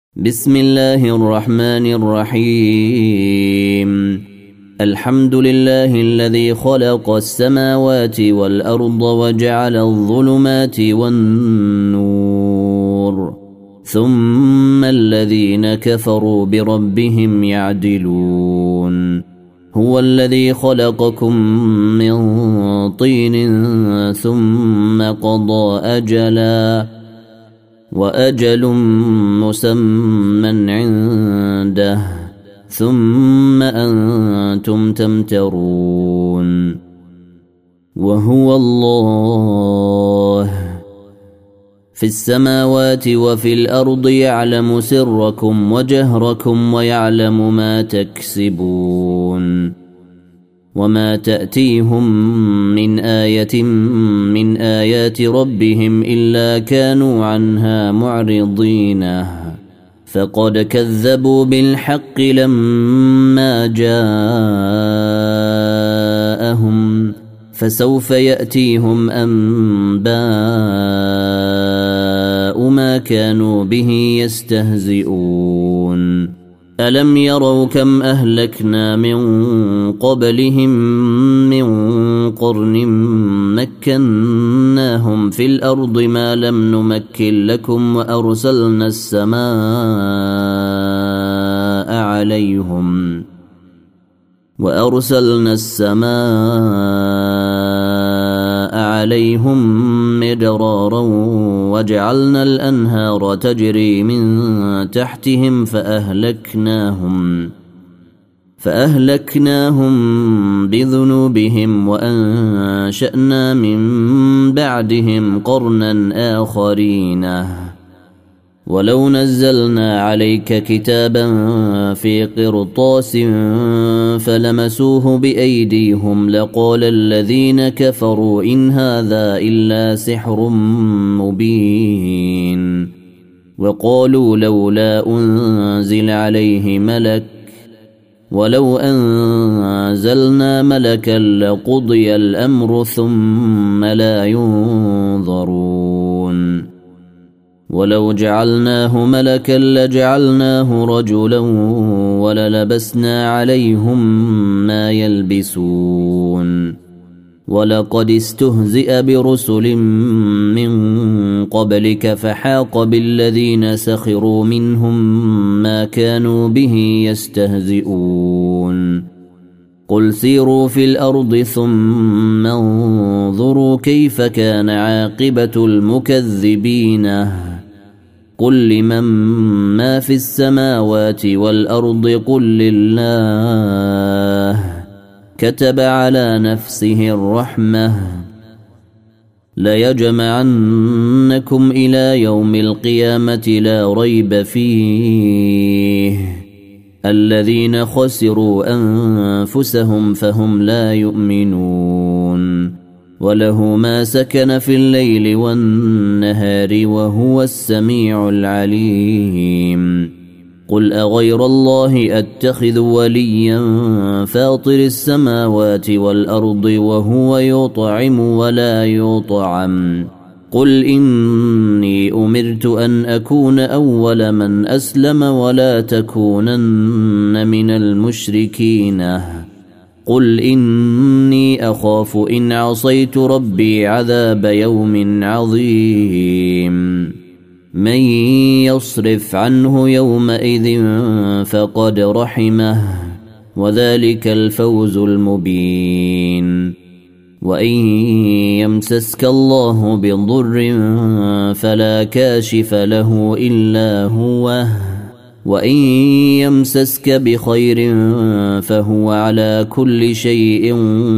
بسم الله الرحمن الرحيم. الحمد لله الذي خلق السماوات والأرض وجعل الظلمات والنور ثم الذين كفروا بربهم يعدلون. هو الذي خلقكم من طين ثم قضى أجلا وأجل مسمى عنده ثم أنتم تمترون. وهو الله في السماوات وفي الأرض يعلم سركم وجهركم ويعلم ما تكسبون. وما تأتيهم من آية من آيات ربهم إلا كانوا عنها معرضين. فقد كذبوا بالحق لما جاءهم فسوف يأتيهم أنباء ما كانوا به يستهزئون. ألم يروا كم أهلكنا من قبلهم من قرن مكناهم في الأرض ما لم نمكن لكم وأرسلنا السماء عليهم مدرارا وجعلنا الأنهار تجري من تحتهم فأهلكناهم بذنوبهم وأنشأنا من بعدهم قرنا آخرين. ولو نزلنا عليك كتابا في قرطاس فلمسوه بأيديهم لقال الذين كفروا إن هذا إلا سحر مبين. وقالوا لولا أنزل عليه ملك ولو أنزلنا ملكا لقضي الأمر ثم لا ينظرون. ولو جعلناه ملكا لجعلناه رجلا وللبسنا عليهم ما يلبسون. ولقد استهزئ برسل من قبلك فحاق بالذين سخروا منهم ما كانوا به يستهزئون. قل سيروا في الأرض ثم انظروا كيف كان عاقبة المكذبين. قل لمن ما في السماوات والأرض قل لله كتب على نفسه الرحمة ليجمعنكم إلى يوم القيامة لا ريب فيه الذين خسروا أنفسهم فهم لا يؤمنون. وله ما سكن في الليل والنهار وهو السميع العليم. قل أغير الله أتخذ وليا فاطر السماوات والأرض وهو يطعم ولا يطعم. قل إني أمرت أن أكون أول من أسلم ولا تكونن من المشركين. قل إني أخاف إن عصيت ربي عذاب يوم عظيم. من يصرف عنه يومئذ فقد رحمه وذلك الفوز المبين. وإن يمسسك الله بضر فلا كاشف له إلا هو وإن يمسسك بخير فهو على كل شيء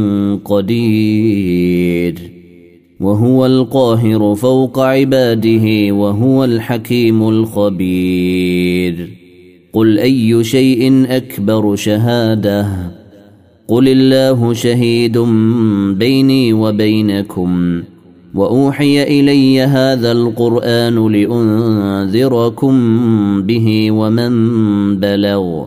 قدير. وهو القاهر فوق عباده وهو الحكيم الخبير. قل أي شيء أكبر شهادة قل الله شهيد بيني وبينكم. وأوحي إلي هذا القرآن لأنذركم به ومن بلغ.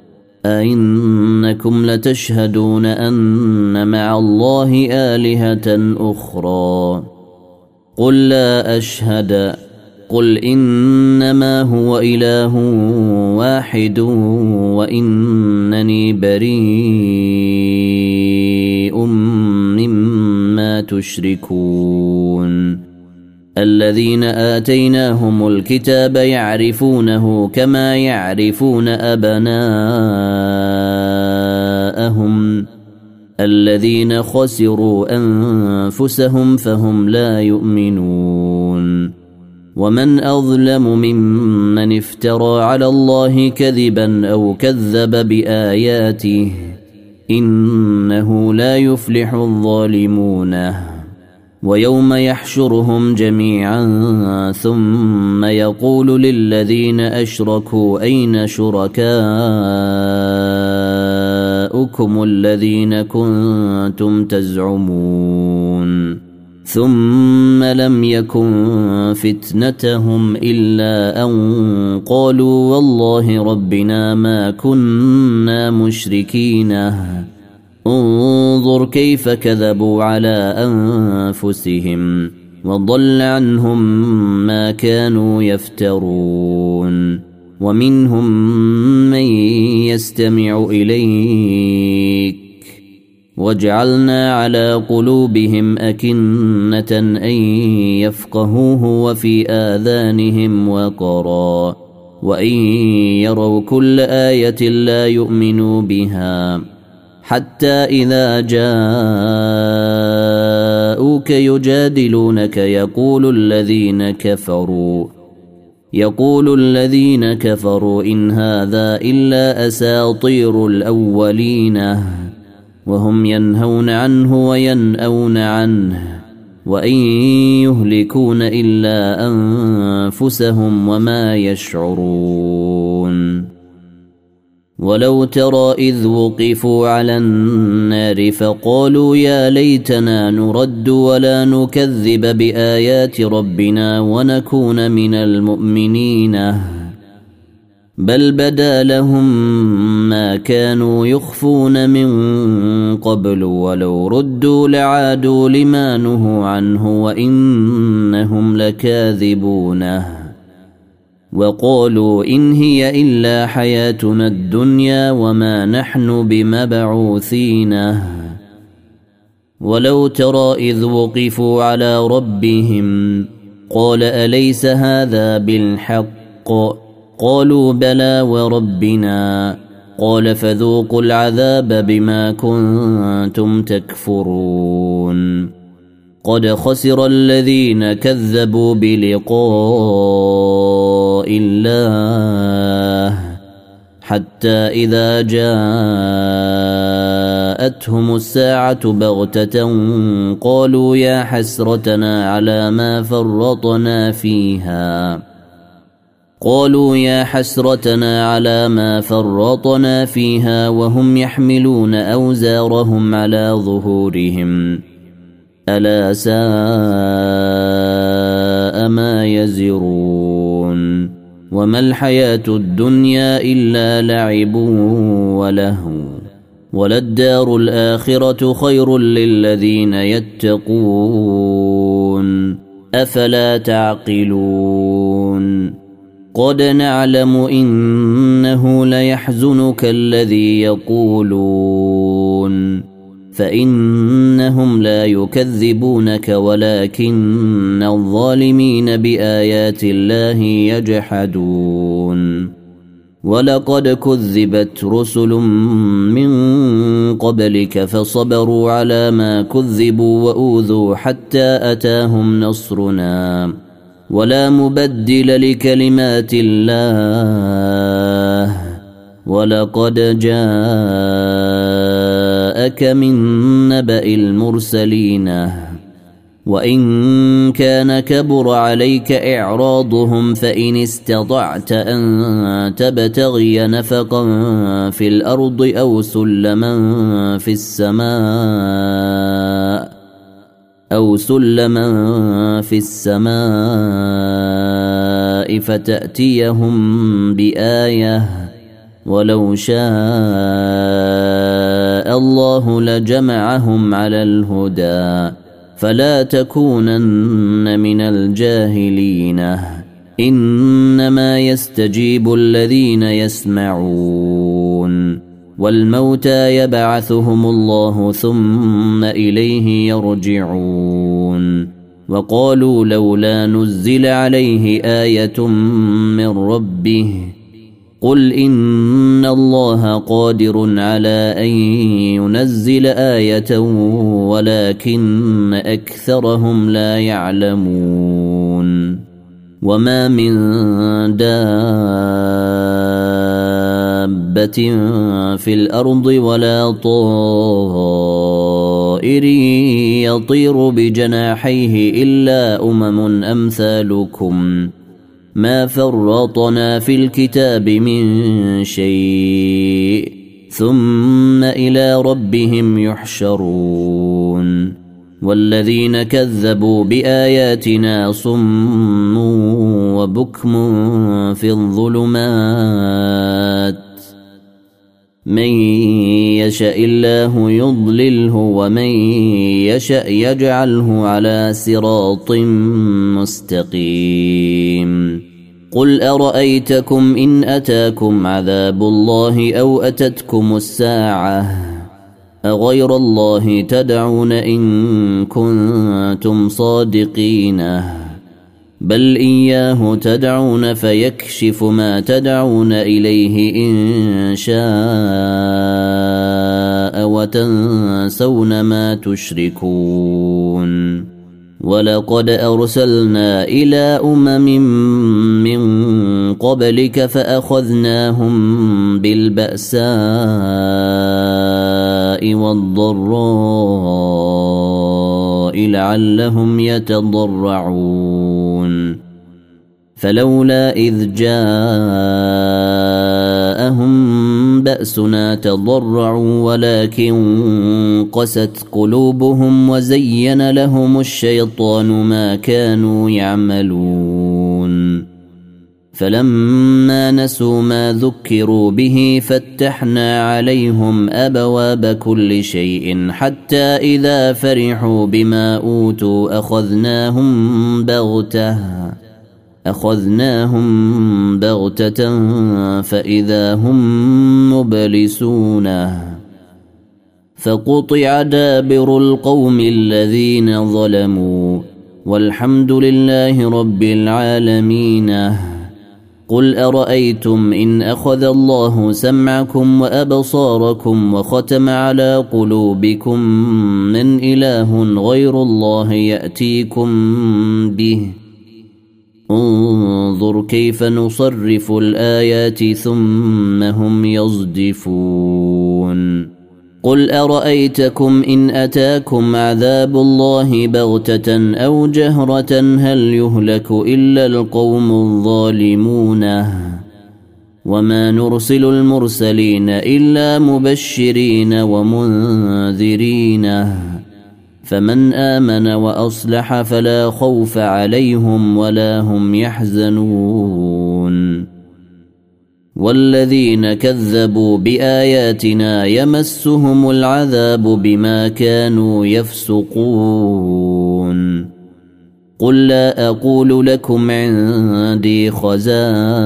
أئنكم لتشهدون أن مع الله آلهة أخرى قل لا أشهد قل إنما هو إله واحد وإنني بريء مما تشركون الذين آتيناهم الكتاب يعرفونه كما يعرفون أبناءهم الذين خسروا أنفسهم فهم لا يؤمنون ومن أظلم ممن افترى على الله كذبا أو كذب بآياته إنه لا يفلح الظالمون ويوم يحشرهم جميعا ثم يقول للذين أشركوا أين شركاؤكم الذين كنتم تزعمون ثم لم يكن فتنتهم إلا أن قالوا والله ربنا ما كنا مشركين انظر كيف كذبوا على أنفسهم وضل عنهم ما كانوا يفترون ومنهم من يستمع إليك وجعلنا على قلوبهم أكنة أن يفقهوه وفي آذانهم وقرا وإن يروا كل آية لا يؤمنوا بها حتى إذا جاءوك يجادلونك يقول الذين كفروا إن هذا إلا أساطير الأولين وهم ينهون عنه وينأون عنه وإن يهلكون إلا أنفسهم وما يشعرون ولو ترى إذ وقفوا على النار فقالوا يا ليتنا نرد ولا نكذب بآيات ربنا ونكون من المؤمنين بل بدا لهم ما كانوا يخفون من قبل ولو ردوا لعادوا لما نهوا عنه وإنهم لكاذبون وقالوا إن هي إلا حياتنا الدنيا وما نحن بمبعوثين ولو ترى إذ وقفوا على ربهم قال أليس هذا بالحق قالوا بلى وربنا قال فذوقوا العذاب بما كنتم تكفرون قد خسر الذين كذبوا بلقاء الله حتى إذا جاءتهم الساعة بغتة قالوا يا حسرتنا على ما فرطنا فيها وهم يحملون أوزارهم على ظهورهم ألا ساء ما يزرون وما الحياة الدنيا إلا لعب ولهو وللدار الآخرة خير للذين يتقون أفلا تعقلون قد نعلم إنه ليحزنك الذي يقولون فإنهم لا يكذبونك ولكن الظالمين بآيات الله يجحدون ولقد كذبت رسل من قبلك فصبروا على ما كذبوا وأوذوا حتى أتاهم نصرنا ولا مبدل لكلمات الله ولقد جاءك من نبأ المرسلين وإن كان كبر عليك إعراضهم فإن استطعت أن تبتغي نفقا في الأرض أو سلما في السماء فتأتيهم بآية ولو شاء الله لجمعهم على الهدى فلا تكونن من الجاهلين إنما يستجيب الذين يسمعون والموتى يبعثهم الله ثم إليه يرجعون وقالوا لولا نزل عليه آية من ربه قل إن الله قادر على أن ينزل آية ولكن أكثرهم لا يعلمون وما من دابة في الأرض ولا طائر يطير بجناحيه إلا أمم أمثالكم ما فرطنا في الكتاب من شيء ثم إلى ربهم يحشرون والذين كذبوا بآياتنا صم وبكم في الظلمات من يشاء الله يضلله ومن يشاء يجعله على صراط مستقيم قل أرأيتكم إن أتاكم عذاب الله أو أتتكم الساعة أغير الله تدعون إن كنتم صادقين بل إياه تدعون فيكشف ما تدعون إليه إن شاء وتنسون ما تشركون ولقد أرسلنا إلى من قبلك فأخذناهم بالبأساء والضراء لعلهم يتضرعون فلولا إذ جاءهم بأسنا تضرعوا ولكن قست قلوبهم وزين لهم الشيطان ما كانوا يعملون فلما نسوا ما ذكروا به فتحنا عليهم أبواب كل شيء حتى إذا فرحوا بما أوتوا أخذناهم بغتة فإذا هم مبلسون فقطع دابر القوم الذين ظلموا والحمد لله رب العالمين قل أرأيتم إن أخذ الله سمعكم وأبصاركم وختم على قلوبكم من إله غير الله يأتيكم به انظر كيف نصرف الآيات ثم هم يصدفون قل أرأيتكم إن أتاكم عذاب الله بغتة أو جهرة هل يهلك إلا القوم الظالمون وما نرسل المرسلين إلا مبشرين ومنذرين فمن آمن وأصلح فلا خوف عليهم ولا هم يحزنون والذين كذبوا بآياتنا يمسهم العذاب بما كانوا يفسقون قل لا أقول لكم عندي خزائن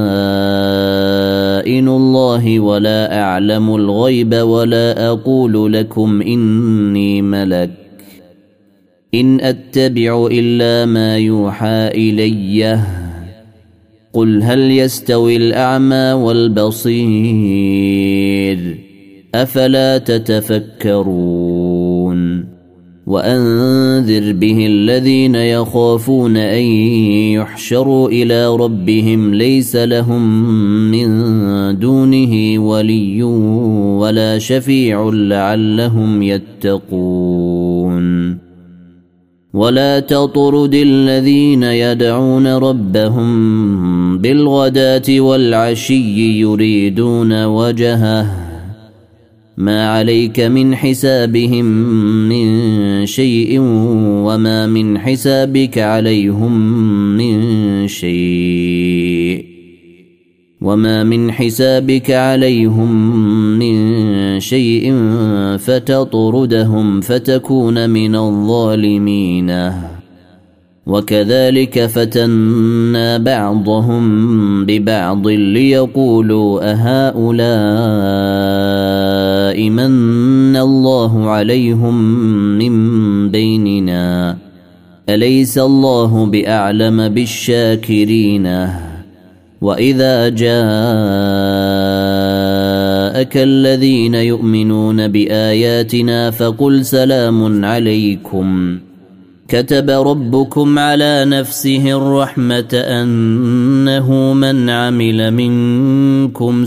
الله ولا أعلم الغيب ولا أقول لكم إني ملك إن أتبع إلا ما يوحى إلي قل هل يستوي الأعمى والبصير أفلا تتفكرون وأنذر به الذين يخافون أن يحشروا إلى ربهم ليس لهم من دونه ولي ولا شفيع لعلهم يتقون ولا تطرد الذين يدعون ربهم بالغداة والعشي يريدون وجهه ما عليك من حسابهم من شيء وما من حسابك عليهم من شيء فتطردهم فتكون من الظالمين وكذلك فتنا بعضهم ببعض ليقولوا أهؤلاء من الله عليهم من بيننا أليس الله بأعلم بالشاكرين وإذا جاءك الذين يؤمنون بآياتنا فقل سلام عليكم كتب ربكم على نفسه الرحمة أنه من عمل منكم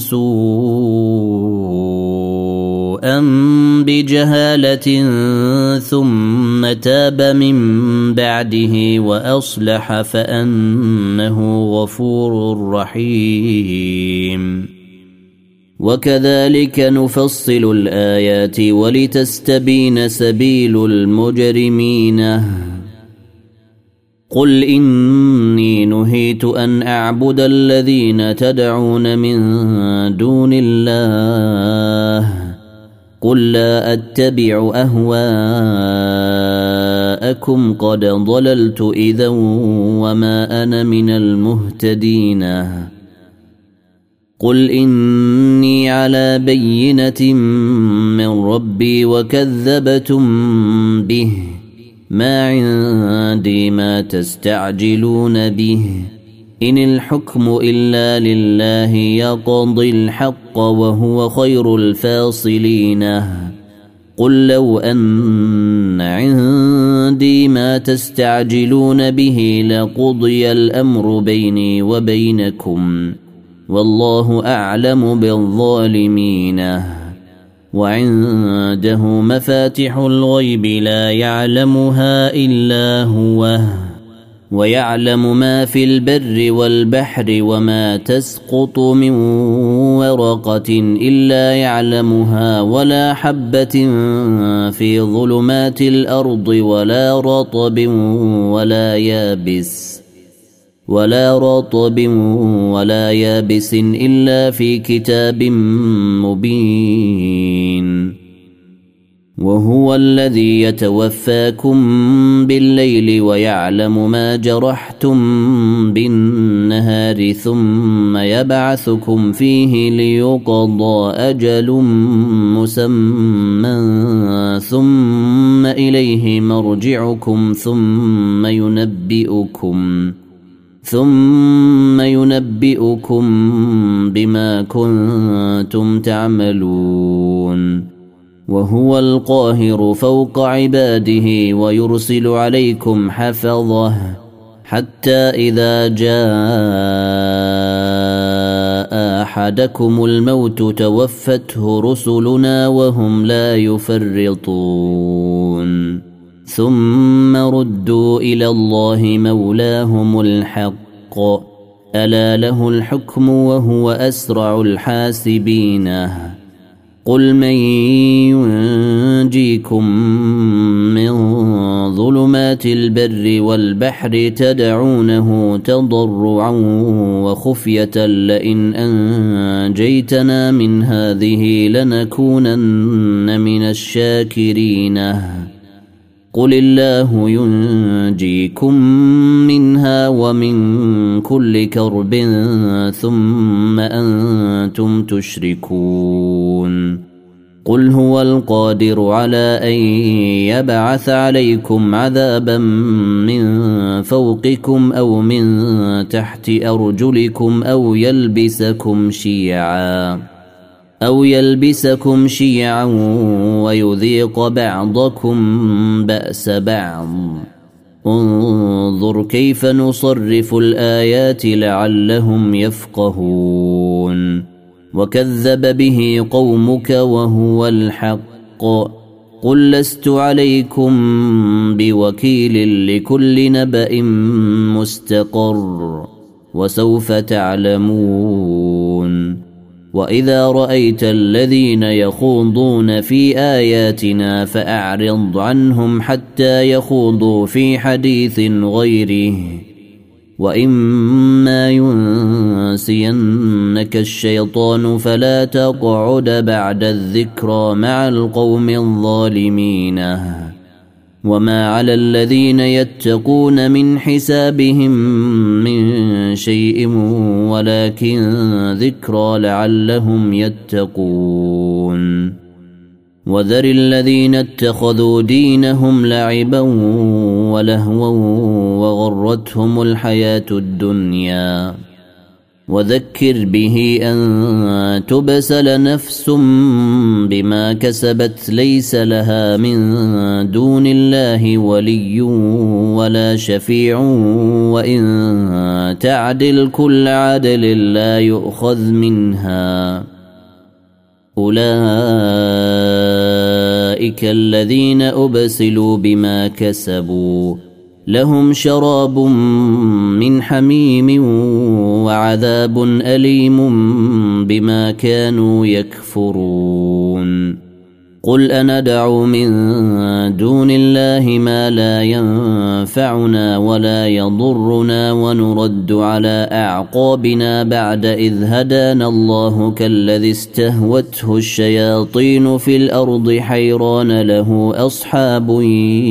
سوءا بجهالة ثم تاب من بعده وأصلح فأنه غفور رحيم وكذلك نفصل الآيات ولتستبين سبيل المجرمين قل إني نهيت أن أعبد الذين تدعون من دون الله قل لا أتبع أهواءكم قد ضللت إذا وما أنا من المهتدين قل إني على بينة من ربي وكذبتم به ما عندي ما تستعجلون به إن الحكم إلا لله يقضي الحق وهو خير الفاصلين قل لو أن عندي ما تستعجلون به لقضي الأمر بيني وبينكم والله أعلم بالظالمين وعنده مفاتح الغيب لا يعلمها إلا هو ويعلم ما في البر والبحر وما تسقط من ورقة إلا يعلمها ولا حبة في ظلمات الأرض ولا رطب ولا يابس إلا في كتاب مبين وهو الذي يتوفاكم بالليل ويعلم ما جرحتم بالنهار ثم يبعثكم فيه ليقضى أجل مسمى ثم إليه مرجعكم ثم ينبئكم بما كنتم تعملون وهو القاهر فوق عباده ويرسل عليكم حفظه حتى إذا جاء أحدكم الموت توفته رسلنا وهم لا يفرطون ثم ردوا إلى الله مولاهم الحق ألا له الحكم وهو أسرع الحاسبين قل من ينجيكم من ظلمات البر والبحر تدعونه تضرعا وخفية لئن أنجيتنا من هذه لنكونن من الشاكرين قل الله ينجيكم منها ومن كل كرب ثم أنتم تشركون قل هو القادر على أن يبعث عليكم عذابا من فوقكم أو من تحت أرجلكم أو يلبسكم شيعا ويذيق بعضكم بأس بعض انظر كيف نصرف الآيات لعلهم يفقهون وكذب به قومك وهو الحق قل لست عليكم بوكيل لكل نبأ مستقر وسوف تعلمون وإذا رأيت الذين يخوضون في آياتنا فأعرض عنهم حتى يخوضوا في حديث غيره وإما ينسينك الشيطان فلا تقعد بعد الذكرى مع القوم الظالمين وما على الذين يتقون من حسابهم من شيء ولكن ذكرى لعلهم يتقون وذر الذين اتخذوا دينهم لعبا ولهوا وغرتهم الحياة الدنيا وذكر به أن تبسل نفس بما كسبت ليس لها من دون الله ولي ولا شفيع وإن تعدل كل عدل لا يؤخذ منها أولئك الذين أبسلوا بما كسبوا لهم شراب من حميم وعذاب أليم بما كانوا يكفرون قل أندعو من دون الله ما لا ينفعنا ولا يضرنا ونرد على أعقابنا بعد إذ هدانا الله كالذي استهوته الشياطين في الأرض حيران له أصحاب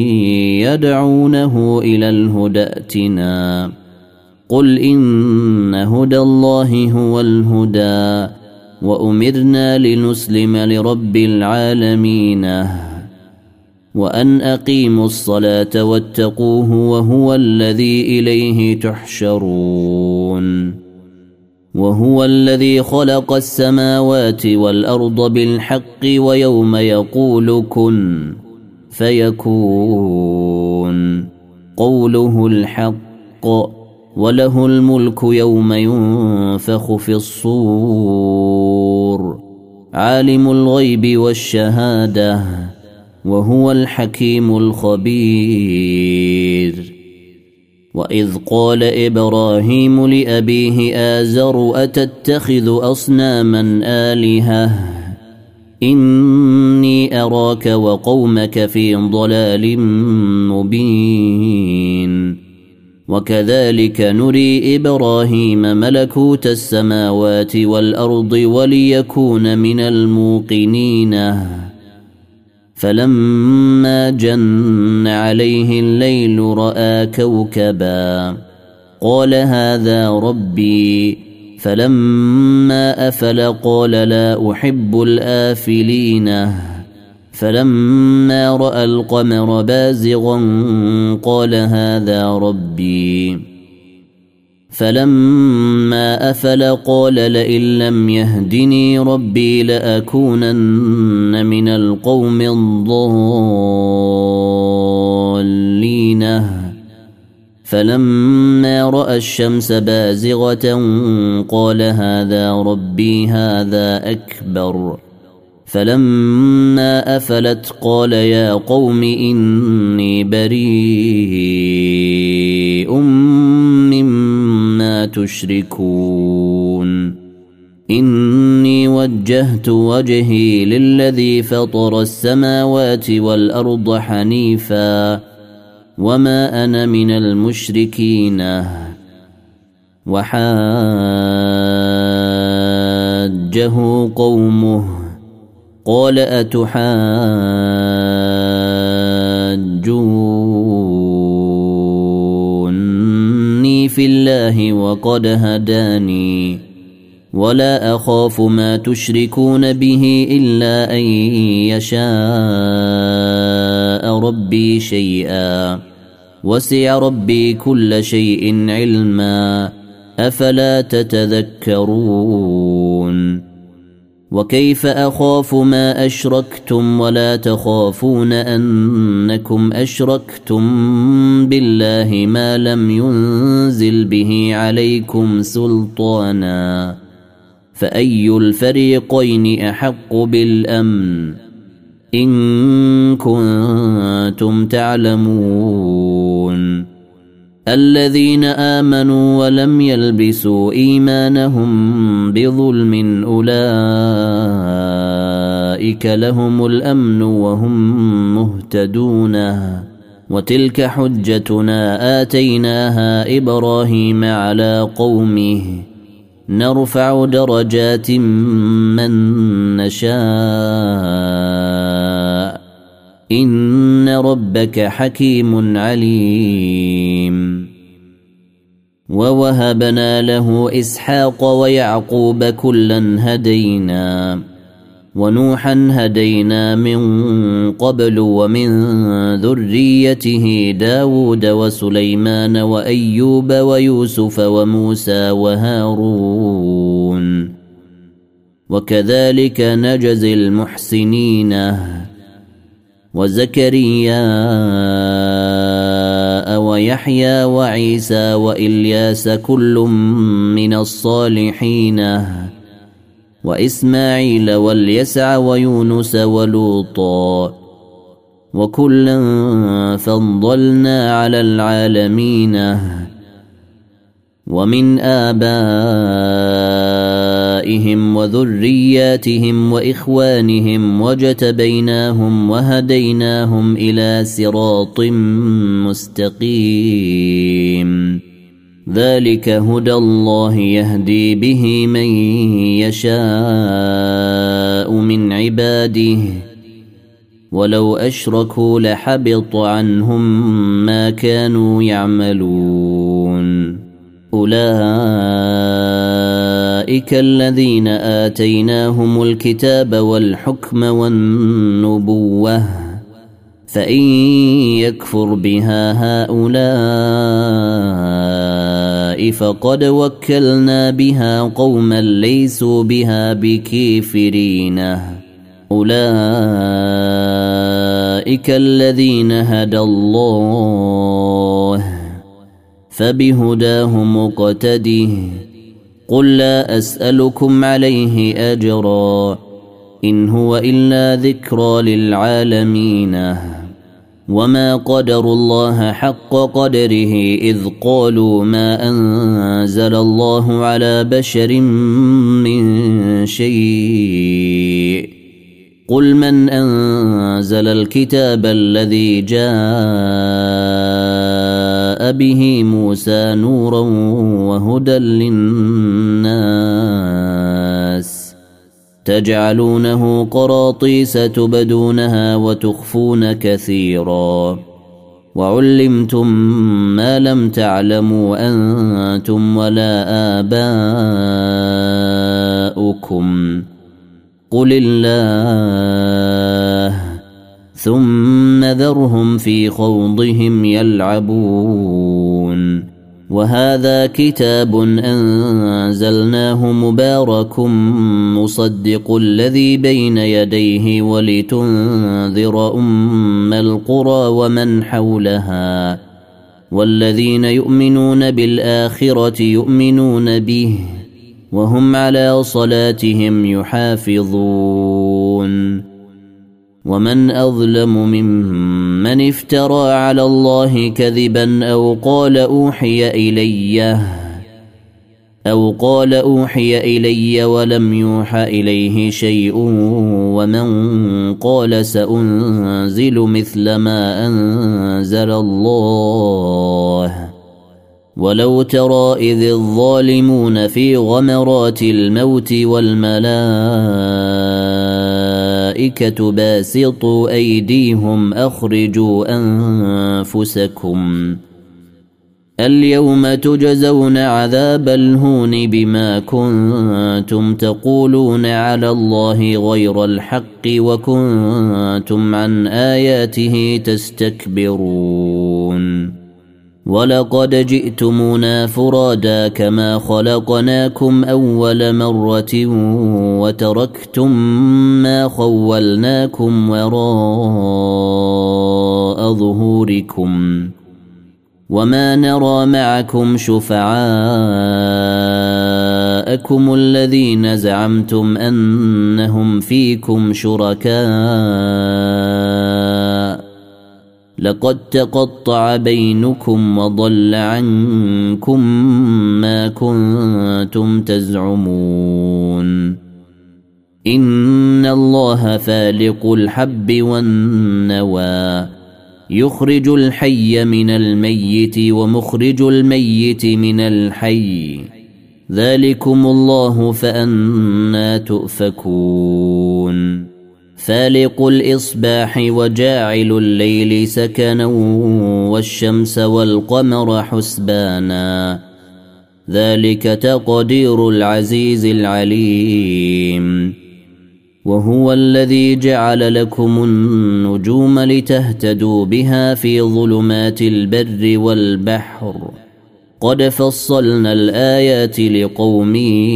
يدعونه إلى الهدى ائتنا قل إن هدى الله هو الهدى وأمرنا لنسلم لرب العالمين وأن أقيموا الصلاة واتقوه وهو الذي إليه تحشرون وهو الذي خلق السماوات والأرض بالحق ويوم يقول كن فيكون قوله الحق وله الملك يوم ينفخ في الصور عالم الغيب والشهادة وهو الحكيم الخبير وإذ قال إبراهيم لأبيه آزر أتتخذ أصناما آلهة إني أراك وقومك في ضلال مبين وكذلك نري إبراهيم ملكوت السماوات والأرض وليكون من الموقنين فلما جن عليه الليل رأى كوكبا قال هذا ربي فلما أفل قال لا أحب الآفلين فلما رأى القمر بازغا قال هذا ربي فلما أفل قال لئن لم يهدني ربي لأكونن من القوم الضالين فلما رأى الشمس بازغة قال هذا ربي هذا أكبر فلما أفلت قال يا قوم إني بريء مما تشركون إني وجهت وجهي للذي فطر السماوات والأرض حنيفا وما أنا من المشركين وحاجه قومه قال أتحاجوني في الله وقد هداني ولا أخاف ما تشركون به إلا أن يشاء ربي شيئا وسع ربي كل شيء علما أفلا تتذكرون وكيف أخاف ما أشركتم ولا تخافون أنكم أشركتم بالله ما لم ينزل به عليكم سلطانا فأي الفريقين أحق بالأمن إن كنتم تعلمون الذين آمنوا ولم يلبسوا إيمانهم بظلم أولئك لهم الأمن وهم مهتدون وتلك حجتنا آتيناها إبراهيم على قومه نرفع درجات من نشاء إن ربك حكيم عليم. ووهبنا له إسحاق ويعقوب كلا هدينا ونوحا هدينا من قبل ومن ذريته داود وسليمان وأيوب ويوسف وموسى وهارون وكذلك نجزي المحسنين. وزكريا ويحيى وعيسى وإلياس كل من الصالحين وإسماعيل واليسع ويونس ولوطا وكلا فضلنا على العالمين. ومن آبائهم وذرياتهم وإخوانهم واجتبيناهم وهديناهم إلى صراط مستقيم. ذلك هدى الله يهدي به من يشاء من عباده ولو أشركوا لحبط عنهم ما كانوا يعملون. أولئك الذين آتيناهم الكتاب والحكم والنبوة فإن يكفر بها هؤلاء فقد وكلنا بها قوما ليسوا بها بكافرين. أولئك الذين هدى الله فبهداه مقتده. قل لا أسألكم عليه أجرا إن هو إلا ذكرى للعالمين. وما قدروا الله حق قدره إذ قالوا ما أنزل الله على بشر من شيء. قل من أنزل الكتاب الذي جاء به موسى نورا وهدى للناس تجعلونه قراطيس تبدونها وتخفون كثيرا وعلمتم ما لم تعلموا أنتم ولا آباؤكم قل الله ثم ذرهم في خوضهم يلعبون. وهذا كتاب أنزلناه مبارك مصدق الذي بين يديه ولتنذر أم القرى ومن حولها والذين يؤمنون بالآخرة يؤمنون به وهم على صلاتهم يحافظون. ومن أظلم ممن افترى على الله كذبا أو قال أوحي إلي ولم يوحى إليه شيء ومن قال سأنزل مثل ما أنزل الله. ولو ترى إذ الظالمون في غمرات الموت والملائكة باسطوا أيديهم أخرجوا أنفسكم اليوم تجزون عذاب الهون بما كنتم تقولون على الله غير الحق وكنتم عن آياته تستكبرون. ولقد جئتمونا فرادا كما خلقناكم أول مرة وتركتم ما خولناكم وراء ظهوركم وما نرى معكم شفعاءكم الذين زعمتم أنهم فيكم شركاء لقد تقطع بينكم وضل عنكم ما كنتم تزعمون. إن الله فالق الحب والنوى يخرج الحي من الميت ومخرج الميت من الحي ذلكم الله فأنى تؤفكون. فالق الإصباح وجاعل الليل سكنا والشمس والقمر حسبانا ذلك تقدير العزيز العليم وهو الذي جعل لكم النجوم لتهتدوا بها في ظلمات البر والبحر قد فصلنا الآيات لقوم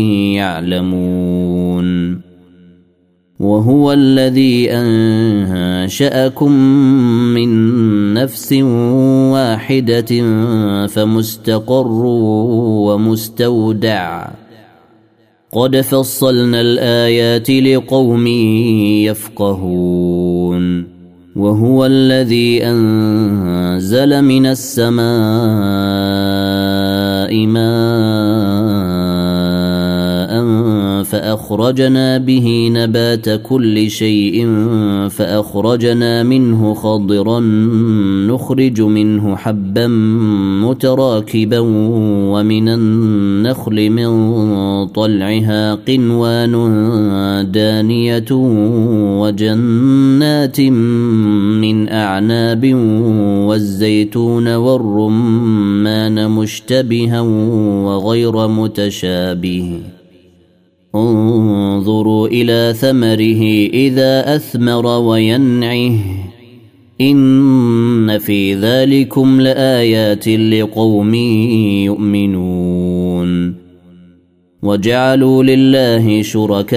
يعلمون وهو الذي أنشأكم من نفس واحدة فمستقر ومستودع قد فصلنا الآيات لقوم يفقهون وهو الذي أنزل من السماء ماء فأخرجنا به نبات كل شيء فأخرجنا منه خضرا نخرج منه حبا متراكبا ومن النخل من طلعها قنوان دانية وجنات من أعناب والزيتون والرمان مشتبها وغير متشابه انظروا إلى ثمره إذا أثمر وينعه إن في ذلكم لآيات لقوم يؤمنون وجعلوا لله شركاء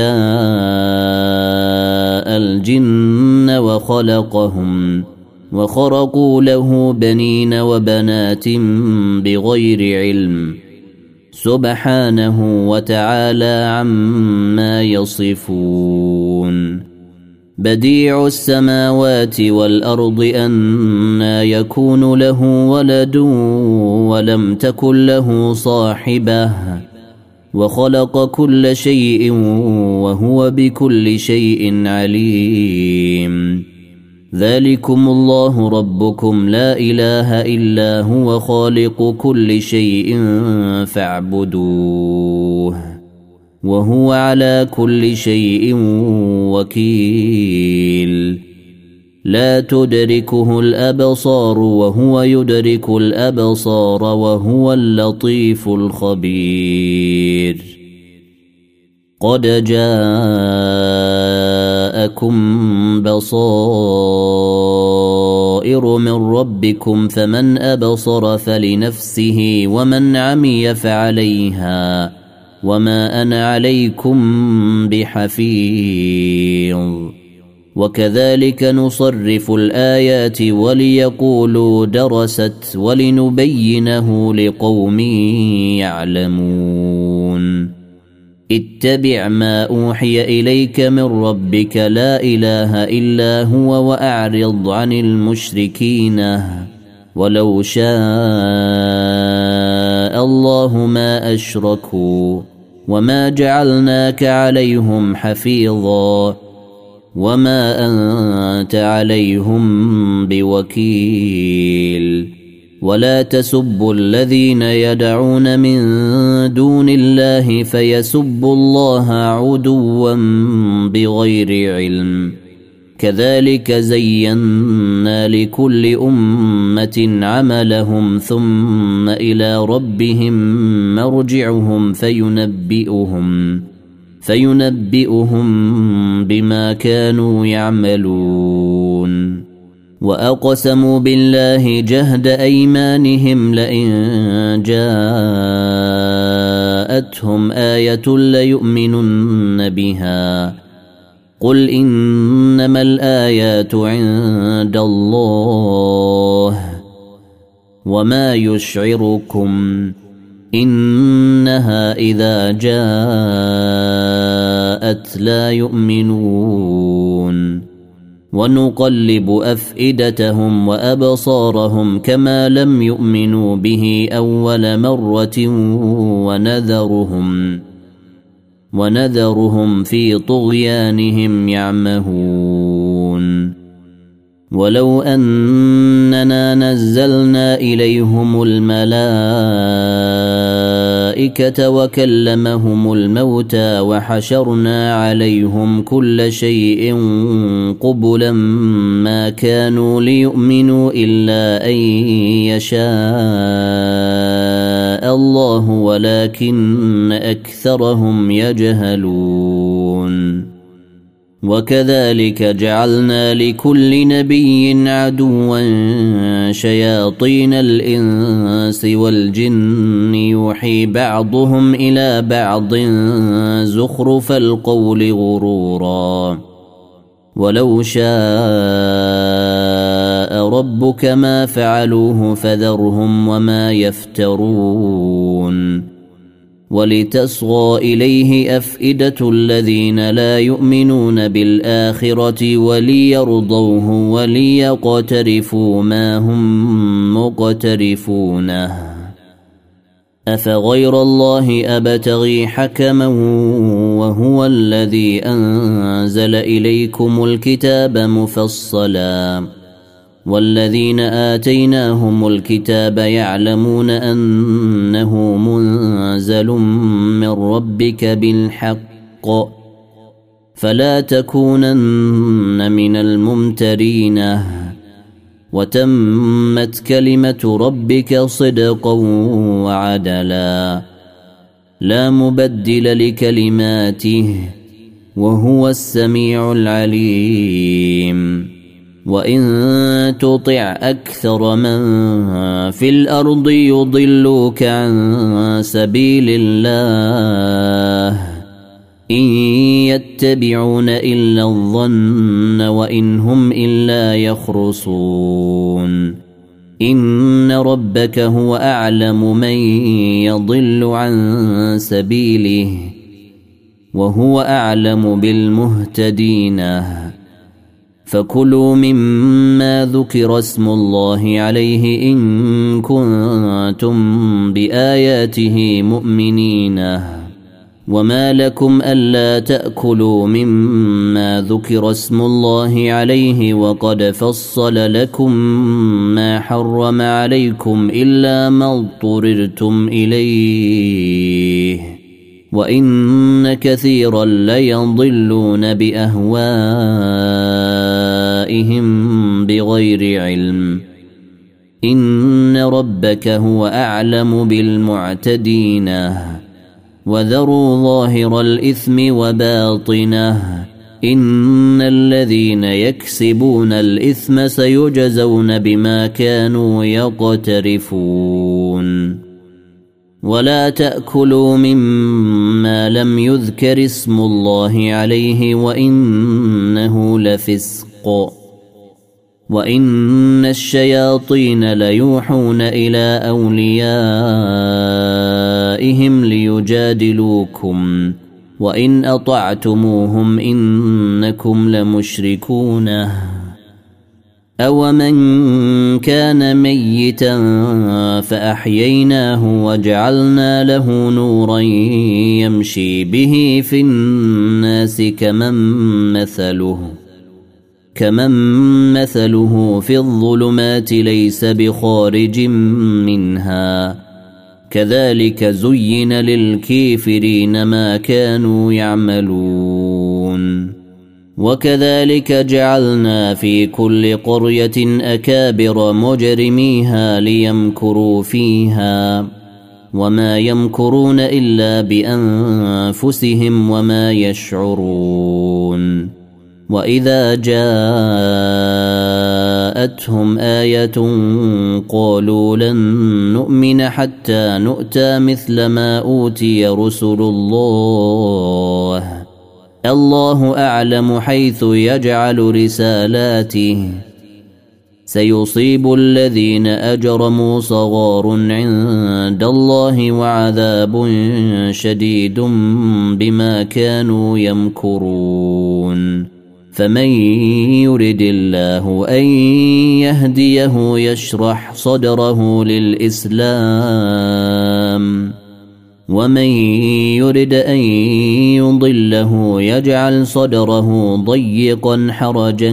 الجن وخلقهم وخرقوا له بنين وبنات بغير علم سبحانه وتعالى عما يصفون بديع السماوات والأرض أنى يكون له ولد ولم تكن له صاحبة وخلق كل شيء وهو بكل شيء عليم ذلكم الله ربكم لا إله إلا هو خالق كل شيء فاعبدوه وهو على كل شيء وكيل لا تدركه الأبصار وهو يدرك الأبصار وهو اللطيف الخبير قد جاءكم بصائر من ربكم فمن أبصر فلنفسه ومن عمي فعليها وما أنا عليكم بحفيظ وكذلك نصرف الآيات وليقولوا درست ولنبينه لقوم يعلمون اتبع ما أوحي إليك من ربك لا إله إلا هو وأعرض عن المشركين ولو شاء الله ما أشركوا وما جعلناك عليهم حفيظا وما أنت عليهم بوكيل ولا تسبوا الذين يدعون من دون الله فيسبوا الله عدوا بغير علم كذلك زينا لكل أمة عملهم ثم إلى ربهم مرجعهم فينبئهم بما كانوا يعملون وأقسموا بالله جهد أيمانهم لئن جاءتهم آية ليؤمنن بها قل إنما الآيات عند الله وما يشعركم إنها إذا جاءت لا يؤمنون ونقلب أفئدتهم وأبصارهم كما لم يؤمنوا به أول مرة ونذرهم في طغيانهم يعمهون ولو أننا نزلنا إليهم الملائكة الملائكة وكلمهم الموتى وحشرنا عليهم كل شيء قبلا ما كانوا ليؤمنوا إلا أن يشاء الله ولكن أكثرهم يجهلون وكذلك جعلنا لكل نبي عدوا شياطين الإنس والجن يوحي بعضهم إلى بعض زخرف القول غرورا ولو شاء ربك ما فعلوه فذرهم وما يفترون ولتصغى إليه أفئدة الذين لا يؤمنون بالآخرة وليرضوه وليقترفوا ما هم مقترفونه أفغير الله أبتغي حكما وهو الذي أنزل إليكم الكتاب مفصلا والذين آتيناهم الكتاب يعلمون أنه منزل من ربك بالحق فلا تكونن من الممترين وتمت كلمة ربك صدقا وعدلا لا مبدل لكلماته وهو السميع العليم وإن تطع أكثر من في الأرض يضلوك عن سبيل الله إن يتبعون إلا الظن وإن هم إلا يخرصون إن ربك هو أعلم من يضل عن سبيله وهو أعلم بالمهتدين فكلوا مما ذكر اسم الله عليه إن كنتم بآياته مؤمنين وما لكم ألا تأكلوا مما ذكر اسم الله عليه وقد فصل لكم ما حرم عليكم إلا ما اضطررتم إليه وإن كثيرا ليضلون بأهوائهم بغير علم إن ربك هو أعلم بالمعتدين وذروا ظاهر الإثم وباطنه إن الذين يكسبون الإثم سيجزون بما كانوا يقترفون ولا تأكلوا مما لم يذكر اسم الله عليه وإنه لفسق وإن الشياطين ليوحون إلى أوليائهم ليجادلوكم وإن أطعتموهم إنكم لمشركون أومن كان ميتا فأحييناه وجعلنا له نورا يمشي به في الناس كمن مثله في الظلمات ليس بخارج منها كذلك زين للكافرين ما كانوا يعملون وكذلك جعلنا في كل قرية أكابر مجرميها ليمكروا فيها وما يمكرون إلا بأنفسهم وما يشعرون وإذا جاءتهم آية قالوا لن نؤمن حتى نؤتى مثل ما أوتي رسل الله أعلم حيث يجعل رسالاته سيصيب الذين أجرموا صغار عند الله وعذاب شديد بما كانوا يمكرون فمن يرد الله أن يهديه يشرح صدره للإسلام ومن يرد أن يضله يجعل صدره ضيقا حرجا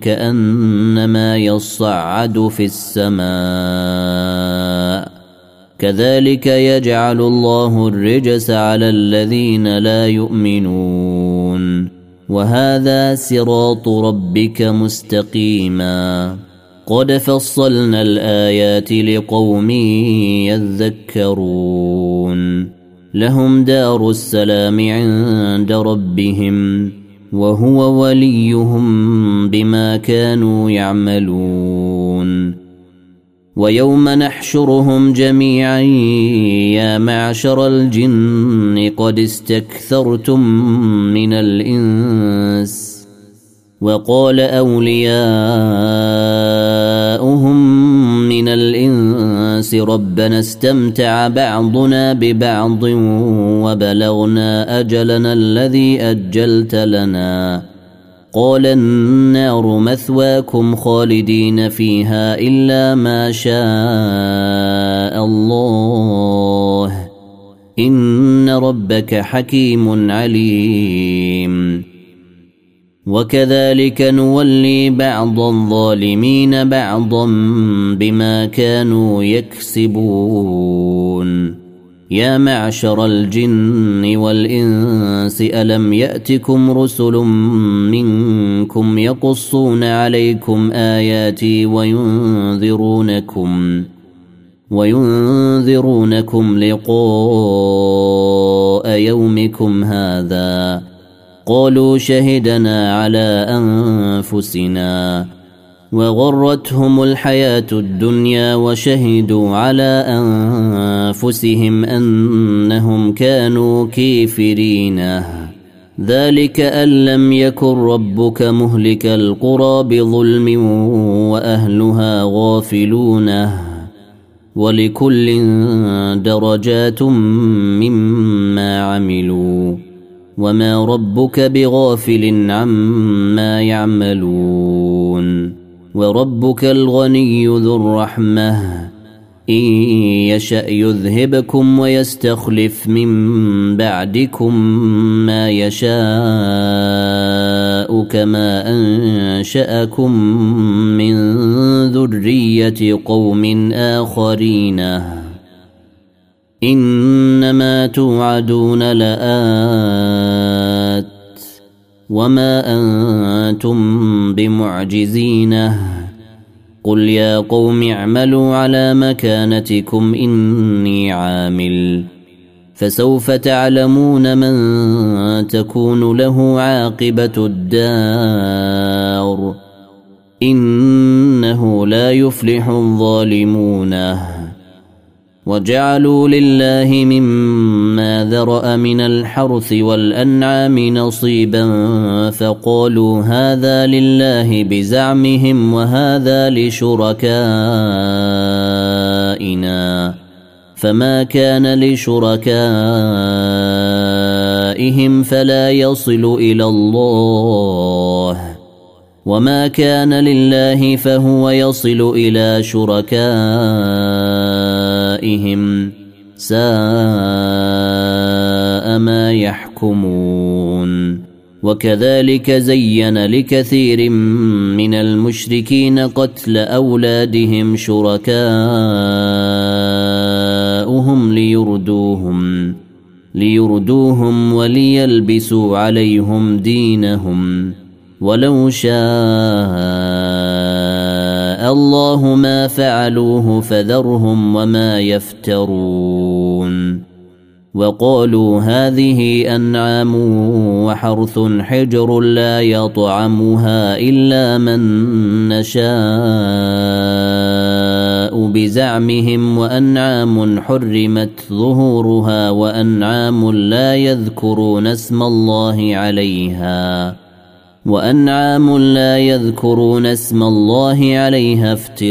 كأنما يصعد في السماء كذلك يجعل الله الرجس على الذين لا يؤمنون وهذا صراط ربك مستقيما قد فصلنا الآيات لقوم يذكرون لهم دار السلام عند ربهم وهو وليهم بما كانوا يعملون ويوم نحشرهم جميعا يا معشر الجن قد استكثرتم من الإنس وقال أولياؤهم من الإنس ربنا استمتع بعضنا ببعض وبلغنا أجلنا الذي أجلت لنا قال النار مثواكم خالدين فيها إلا ما شاء الله إن ربك حكيم عليم وكذلك نولي بعض الظالمين بعضا بما كانوا يكسبون يا معشر الجن والإنس ألم يأتكم رسل منكم يقصون عليكم آياتي وينذرونكم لقاء يومكم هذا قالوا شهدنا على أنفسنا وغرتهم الحياة الدنيا وشهدوا على أنفسهم أنهم كانوا كافرين ذلك أن لم يكن ربك مهلك القرى بظلم وأهلها غافلون ولكل درجات مما عملوا وما ربك بغافل عما يعملون وربك الغني ذو الرحمة إن يشأ يذهبكم ويستخلف من بعدكم ما يشاء كما أنشأكم من ذرية قوم آخرين إنما توعدون لآت وما أنتم بمعجزين قل يا قوم اعملوا على مكانتكم إني عامل فسوف تعلمون من تكون له عاقبة الدار إنه لا يفلح الظالمون وجعلوا لله مما ذرأ من الحرث والأنعام نصيبا فقالوا هذا لله بزعمهم وهذا لشركائنا فما كان لشركائهم فلا يصل إلى الله وما كان لله فهو يصل إلى شركائهم ساء ما يحكمون وكذلك زين لكثير من المشركين قتل أولادهم شركاؤهم ليردوهم وليلبسوا عليهم دينهم ولو شاء الله ما فعلوه فذرهم وما يفترون وقالوا هذه أنعام وحرث حجر لا يطعمها إلا من نشاء بزعمهم وأنعام حرمت ظهورها وأنعام لا يذكرون اسم الله عليها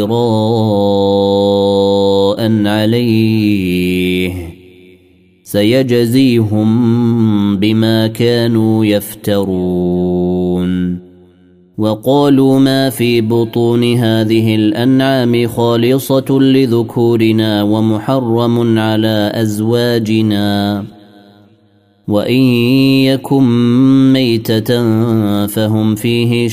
افتراء عليه سيجزيهم بما كانوا يفترون وقالوا ما في بطون هذه الأنعام خالصة لذكورنا ومحرم على أزواجنا وإن يكن ميتة فهم فيه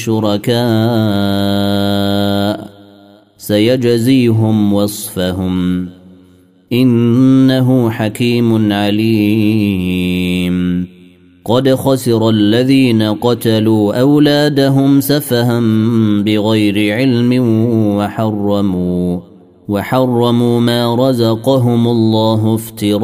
شركاء سيجزيهم وصفهم إنه حكيم عليم. قد خسر الذين قتلوا أولادهم سفها بغير علم وحرموا ما رزقهم الله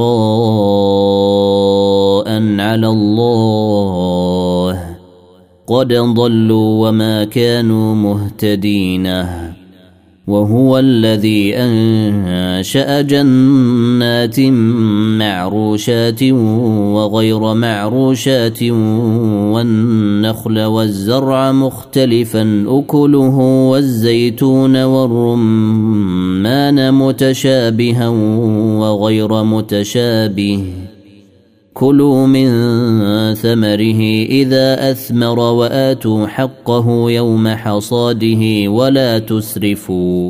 افتراء على الله. قد ضلوا وما كانوا مهتدين. وهو الذي أنشأ جنات معروشات وغير معروشات والنخل والزرع مختلفا أكله والزيتون والرمان متشابها وغير متشابه. كلوا من ثمره إذا أثمر وآتوا حقه يوم حصاده ولا تسرفوا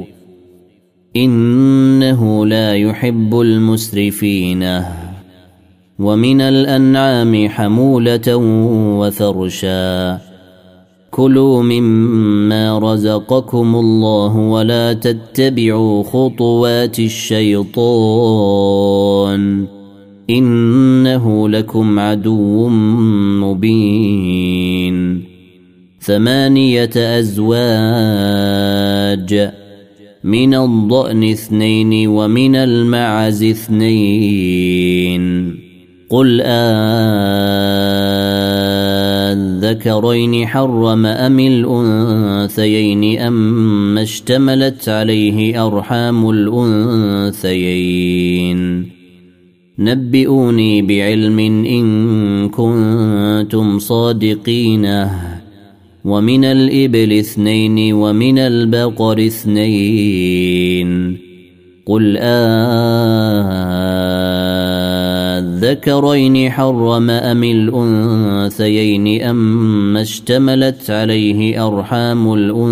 إنه لا يحب المسرفين. ومن الأنعام حمولة وفرشا. كلوا مما رزقكم الله ولا تتبعوا خطوات الشيطان إنه لكم عدو مبين. 8 أزواج من الضأن 2 ومن المعز 2. قل الذكرين حرم أم الأنثيين أم اشتملت عليه أرحام الأنثيين. نبئوني بعلم إن كنتم صادقين. ومن الإبل 2 ومن البقر 2. قل الذكرين حرم أم الأنثيين أم اشتملت عليه أرحام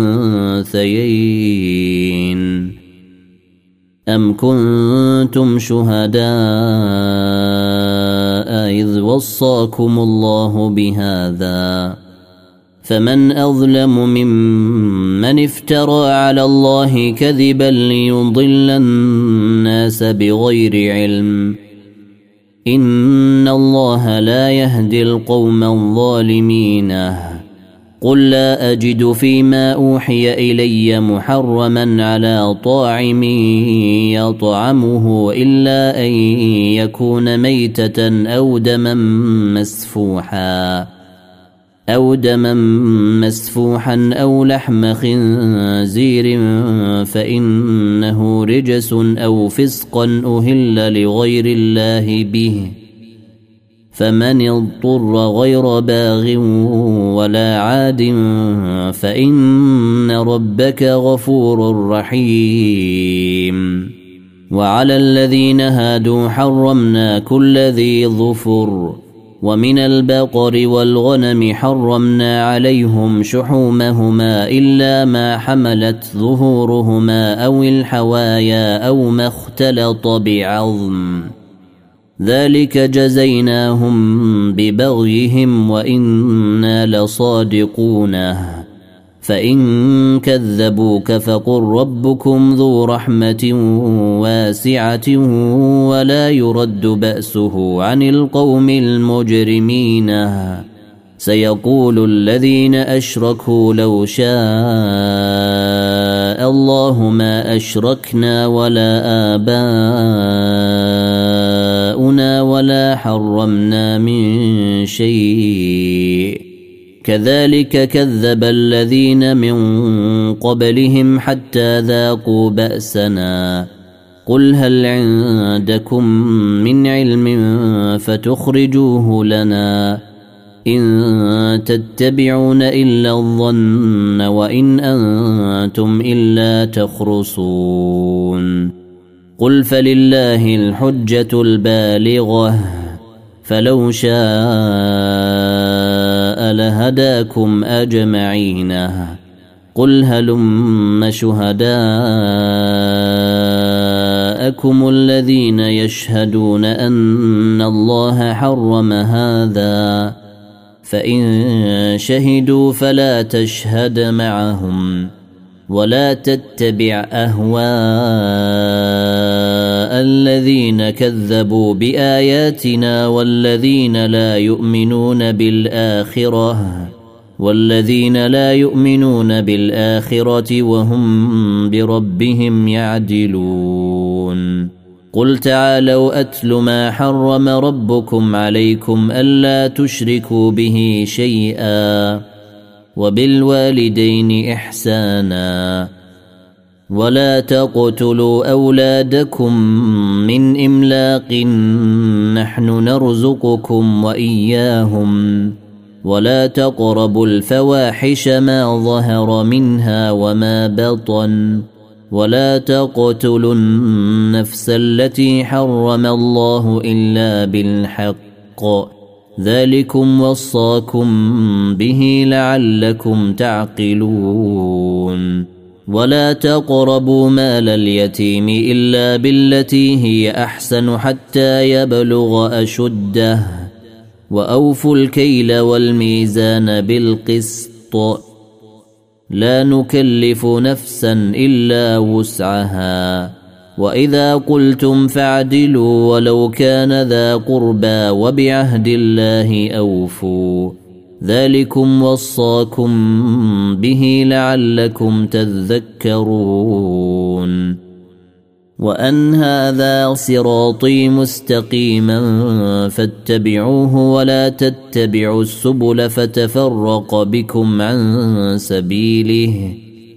الأنثيين. أم كنتم شهداء إذ وصاكم الله بهذا فمن أظلم ممن افترى على الله كذبا ليضل الناس بغير علم إن الله لا يهدي القوم الظالمين. قل لا أجد فيما أوحي إلي محرما على طاعم يطعمه إلا أن يكون ميتة أو دما مسفوحا أو لحم خنزير فإنه رجس أو فسقا أهل لغير الله به. فمن اضطر غير باغ ولا عاد فإن ربك غفور رحيم. وعلى الذين هادوا حرمنا كل ذي ظفر ومن البقر والغنم حرمنا عليهم شحومهما إلا ما حملت ظهورهما أو الحوايا أو ما اختلط بعظم ذلك جزيناهم ببغيهم وإنا لصادقون. فإن كذبوك فقل ربكم ذو رحمة واسعة ولا يرد بأسه عن القوم المجرمين. سيقول الذين أشركوا لو شاء الله ما أشركنا ولا آباؤنا ولا حرمنا من شيء كذلك كذب الذين من قبلهم حتى ذاقوا بأسنا. قل هل عندكم من علم فتخرجوه لنا إن تتبعون إلا الظن وإن أنتم إلا تخرصون. قل فلله الحجة البالغة فلو شاء لهداكم أجمعين. قل هلم شهداءكم الذين يشهدون أن الله حرم هذا فإن شهدوا فلا تشهد معهم ولا تتبع أهواء الذين كذبوا بآياتنا والذين لا يؤمنون بالآخرة وهم بربهم يعدلون. قل تعالوا أتل ما حرم ربكم عليكم ألا تشركوا به شيئا وبالوالدين إحسانا ولا تقتلوا أولادكم من إملاق نحن نرزقكم وإياهم ولا تقربوا الفواحش ما ظهر منها وما بطن ولا تقتلوا النفس التي حرم الله إلا بالحق ذلكم وصاكم به لعلكم تعقلون. ولا تقربوا مال اليتيم إلا بالتي هي أحسن حتى يبلغ أشده وأوفوا الكيل والميزان بالقسط لا نكلف نفسا إلا وسعها وإذا قلتم فاعدلوا ولو كان ذا قربى وبعهد الله أوفوا ذلكم وصاكم به لعلكم تذكرون. وأن هذا صراطي مستقيما فاتبعوه ولا تتبعوا السبل فتفرق بكم عن سبيله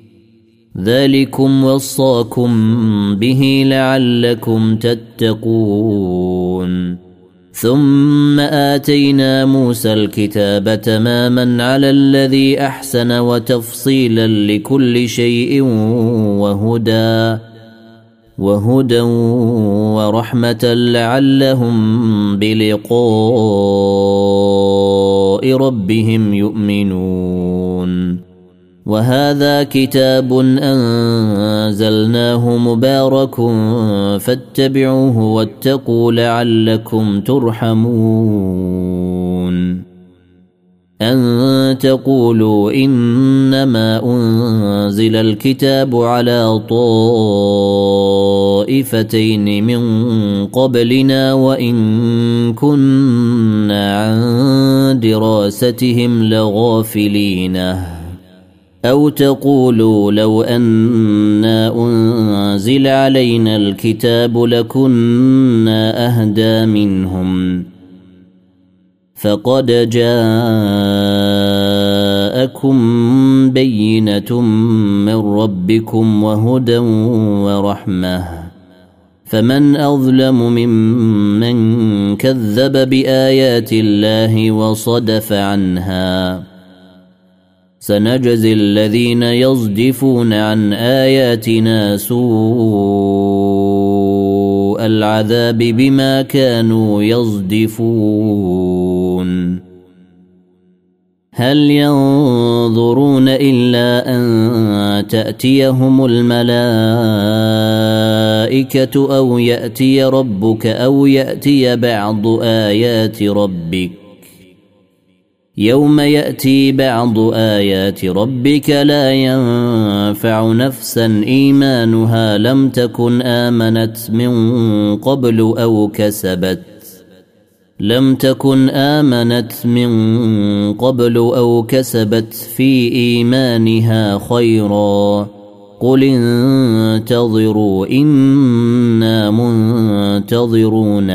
ذلكم وصاكم به لعلكم تتقون. ثم آتينا موسى الكتاب تماما على الذي أحسن وتفصيلا لكل شيء وهدى ورحمة لعلهم بلقاء ربهم يؤمنون. وهذا كتاب أنزلناه مبارك فاتبعوه واتقوا لعلكم ترحمون. أن تقولوا إنما أنزل الكتاب على طائفتين من قبلنا وإن كنا عن دراستهم لغافلين أو تقولوا لو أنا أنزل علينا الكتاب لكنا أهدى منهم فقد جاءكم بينة من ربكم وهدى ورحمة فمن أظلم ممن كذب بآيات الله وصدف عنها سنجزي الذين يصدفون عن آياتنا سوء العذاب بما كانوا يصدفون. هل ينظرون إلا أن تأتيهم الملائكة أو يأتي ربك أو يأتي بعض آيات ربك يوم يأتي بعض آيات ربك لا ينفع نفسا إيمانها لم تكن آمنت من قبل أو كسبت في إيمانها خيرا قل انتظروا إنا منتظرون.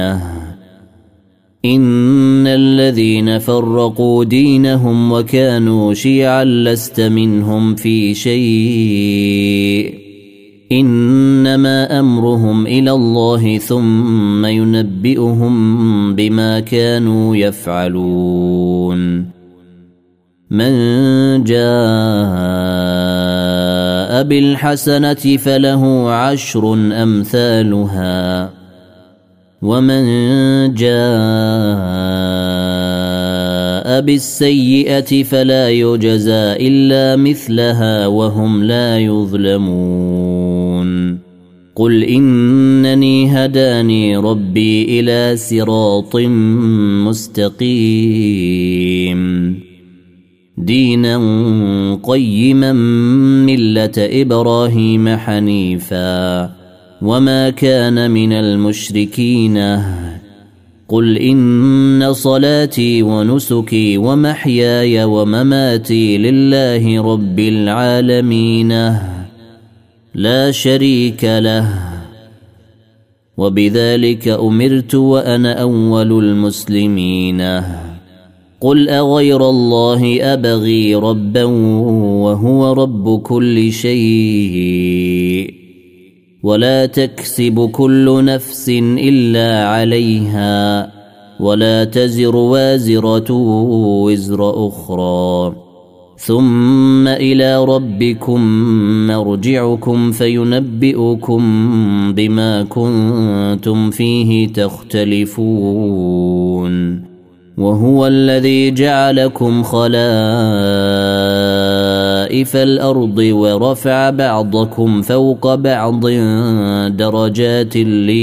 إن الذين فرقوا دينهم وكانوا شيعا لست منهم في شيء إنما أمرهم إلى الله ثم ينبئهم بما كانوا يفعلون. من جاء بالحسنة فله 10 أمثالها ومن جاء بالسيئة فلا يجزى إلا مثلها وهم لا يظلمون. قل إنني هداني ربي إلى صراط مستقيم دينا قيما ملة إبراهيم حنيفا وما كان من المشركين قل إن صلاتي ونسكي ومحياي ومماتي لله رب العالمين لا شريك له وبذلك أمرت وأنا أول المسلمين قل أغير الله أبغي ربا وهو رب كل شيء ولا تكسب كل نفس إلا عليها ولا تزر وازرة وزر أخرى ثم إلى ربكم مرجعكم فينبئكم بما كنتم فيه تختلفون وهو الذي جعلكم خلائف الأرض ورفع بعضكم فوق بعض درجات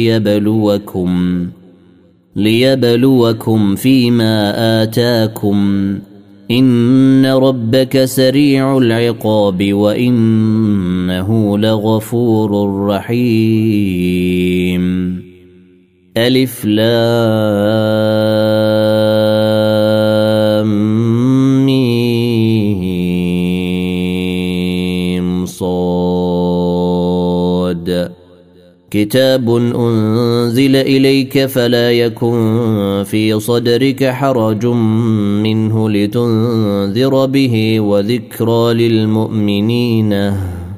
ليبلوكم فيما آتاكم إن ربك سريع العقاب وإنه لغفور رحيم ألف لام ميم صاد كتاب أنزل إليك فلا يكن في صدرك حرج منه لتنذر به وذكرى للمؤمنين